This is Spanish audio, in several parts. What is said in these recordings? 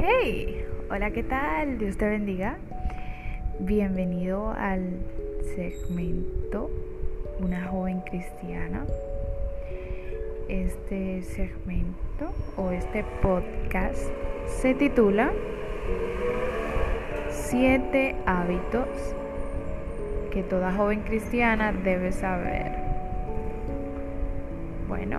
Hey, hola, ¿qué tal? Dios te bendiga. Bienvenido al segmento Una joven cristiana. Este segmento o este podcast se titula 7 hábitos que toda joven cristiana debe saber. Bueno,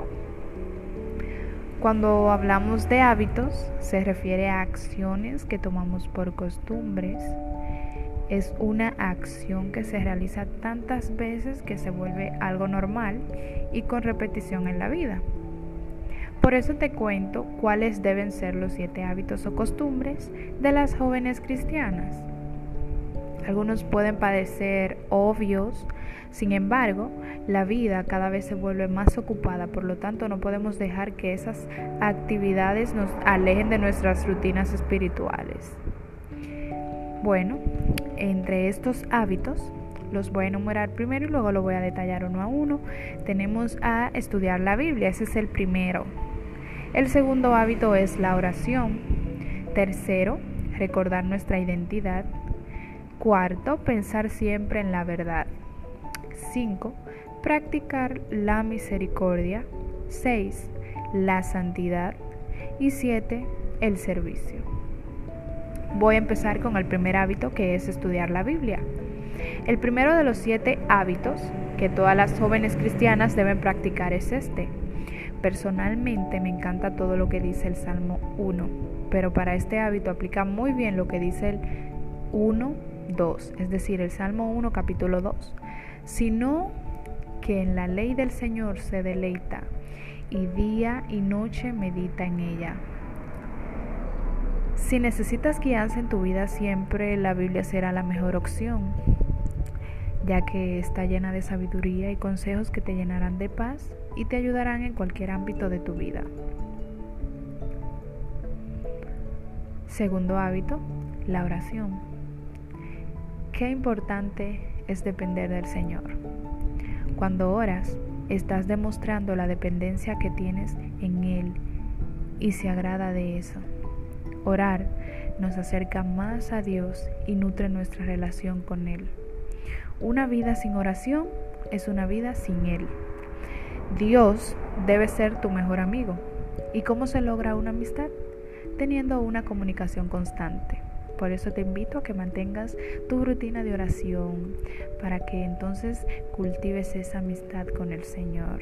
cuando hablamos de hábitos, se refiere a acciones que tomamos por costumbres. Es una acción que se realiza tantas veces que se vuelve algo normal y con repetición en la vida. Por eso te cuento cuáles deben ser los 7 hábitos o costumbres de las jóvenes cristianas. Algunos pueden parecer obvios, sin embargo, la vida cada vez se vuelve más ocupada, por lo tanto no podemos dejar que esas actividades nos alejen de nuestras rutinas espirituales. Bueno, entre estos hábitos, los voy a enumerar primero y luego lo voy a detallar uno a uno. Tenemos a estudiar la Biblia, ese es el primero. El segundo hábito es la oración. Tercero, recordar nuestra identidad. Cuarto, pensar siempre en la verdad. 5. Practicar la misericordia. 6. La santidad. Y 7. El servicio. Voy a empezar con el primer hábito, que es estudiar la Biblia. El primero de los 7 hábitos que todas las jóvenes cristianas deben practicar es este. Personalmente me encanta todo lo que dice el Salmo 1, pero para este hábito aplica muy bien lo que dice el 1:2, es decir, el Salmo 1, capítulo 2. Sino que en la ley del Señor se deleita, y día y noche medita en ella. Si necesitas guianza en tu vida, siempre la Biblia será la mejor opción, ya que está llena de sabiduría y consejos que te llenarán de paz y te ayudarán en cualquier ámbito de tu vida. Segundo hábito, la oración. Qué importante es depender del Señor. Cuando oras, estás demostrando la dependencia que tienes en Él y se agrada de eso. Orar nos acerca más a Dios y nutre nuestra relación con Él. Una vida sin oración es una vida sin Él. Dios debe ser tu mejor amigo. ¿Y cómo se logra una amistad? Teniendo una comunicación constante. Por eso te invito a que mantengas tu rutina de oración para que entonces cultives esa amistad con el Señor.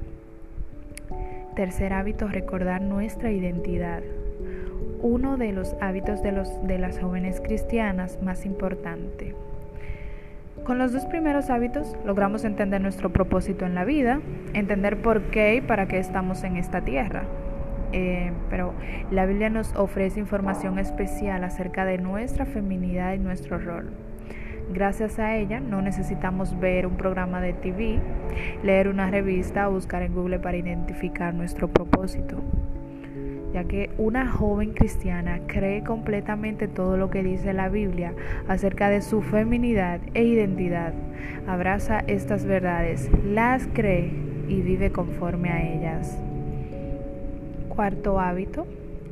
Tercer hábito, recordar nuestra identidad. Uno de los hábitos de las jóvenes cristianas más importante. Con los 2 primeros hábitos logramos entender nuestro propósito en la vida, entender por qué y para qué estamos en esta tierra. Pero la Biblia nos ofrece información especial acerca de nuestra feminidad y nuestro rol. Gracias a ella no necesitamos ver un programa de TV, leer una revista o buscar en Google para identificar nuestro propósito, ya que una joven cristiana cree completamente todo lo que dice la Biblia acerca de su feminidad e identidad. Abraza estas verdades, las cree y vive conforme a ellas. Cuarto hábito,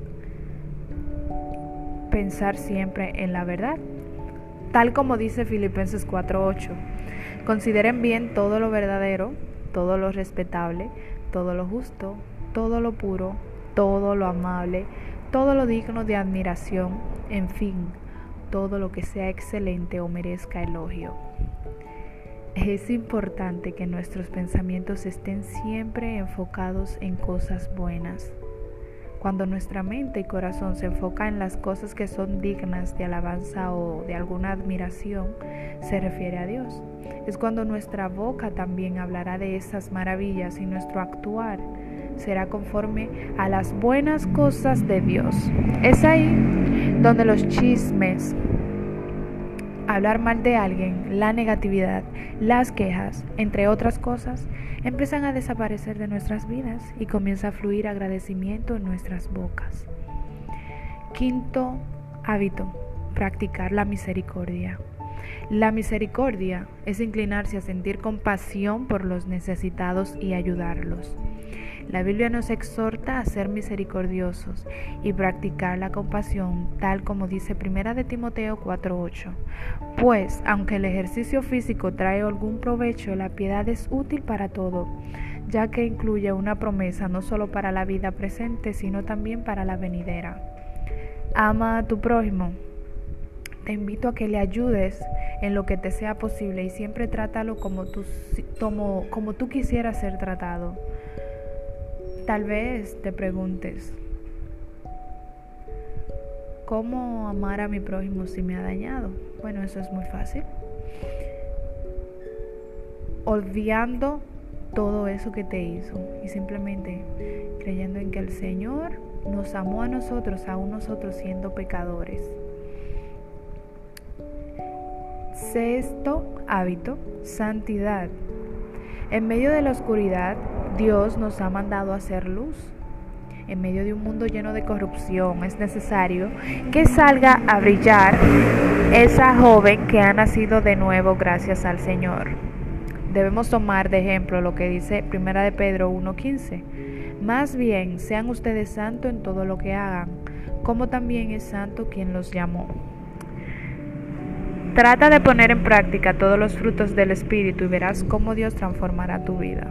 pensar siempre en la verdad. Tal como dice Filipenses 4:8, consideren bien todo lo verdadero, todo lo respetable, todo lo justo, todo lo puro, todo lo amable, todo lo digno de admiración, en fin, todo lo que sea excelente o merezca elogio. Es importante que nuestros pensamientos estén siempre enfocados en cosas buenas. Cuando nuestra mente y corazón se enfocan en las cosas que son dignas de alabanza o de alguna admiración, se refiere a Dios. Es cuando nuestra boca también hablará de esas maravillas y nuestro actuar será conforme a las buenas cosas de Dios. Es ahí donde los chismes, hablar mal de alguien, la negatividad, las quejas, entre otras cosas, empiezan a desaparecer de nuestras vidas y comienza a fluir agradecimiento en nuestras bocas. Quinto hábito, practicar la misericordia. La misericordia es inclinarse a sentir compasión por los necesitados y ayudarlos. La Biblia nos exhorta a ser misericordiosos y practicar la compasión, tal como dice 1 de Timoteo 4:8. Pues, aunque el ejercicio físico trae algún provecho, la piedad es útil para todo, ya que incluye una promesa no solo para la vida presente, sino también para la venidera. Ama a tu prójimo. Te invito a que le ayudes en lo que te sea posible y siempre trátalo como tú quisieras ser tratado. Tal vez te preguntes, ¿cómo amar a mi prójimo si me ha dañado? Bueno, eso es muy fácil. Olvidando todo eso que te hizo y simplemente creyendo en que el Señor nos amó a nosotros, aún nosotros siendo pecadores. Sexto hábito, santidad. En medio de la oscuridad, Dios nos ha mandado a hacer luz. En medio de un mundo lleno de corrupción, es necesario que salga a brillar esa joven que ha nacido de nuevo gracias al Señor. Debemos tomar de ejemplo lo que dice 1 de Pedro 1:15. Más bien, sean ustedes santos en todo lo que hagan, como también es santo quien los llamó. Trata de poner en práctica todos los frutos del Espíritu y verás cómo Dios transformará tu vida.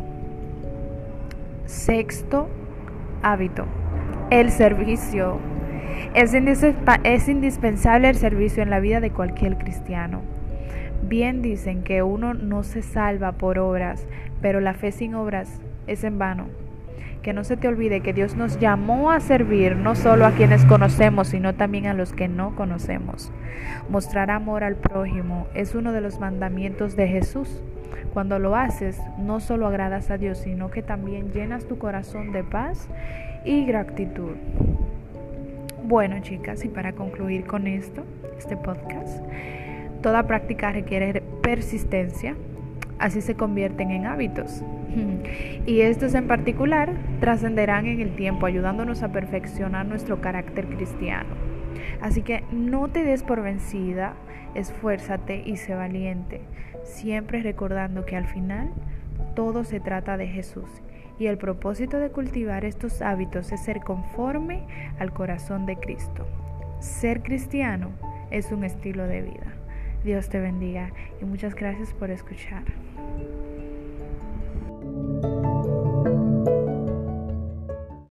Sexto hábito, el servicio. Es indispensable el servicio en la vida de cualquier cristiano. Bien dicen que uno no se salva por obras, pero la fe sin obras es en vano. Que no se te olvide que Dios nos llamó a servir no solo a quienes conocemos, sino también a los que no conocemos. Mostrar amor al prójimo es uno de los mandamientos de Jesús. Cuando lo haces, no solo agradas a Dios, sino que también llenas tu corazón de paz y gratitud. Bueno, chicas, y para concluir con este podcast, toda práctica requiere persistencia, así se convierten en hábitos. Y estos en particular trascenderán en el tiempo, ayudándonos a perfeccionar nuestro carácter cristiano. Así que no te des por vencida, esfuérzate y sé valiente, siempre recordando que al final todo se trata de Jesús. Y el propósito de cultivar estos hábitos es ser conforme al corazón de Cristo. Ser cristiano es un estilo de vida. Dios te bendiga y muchas gracias por escuchar.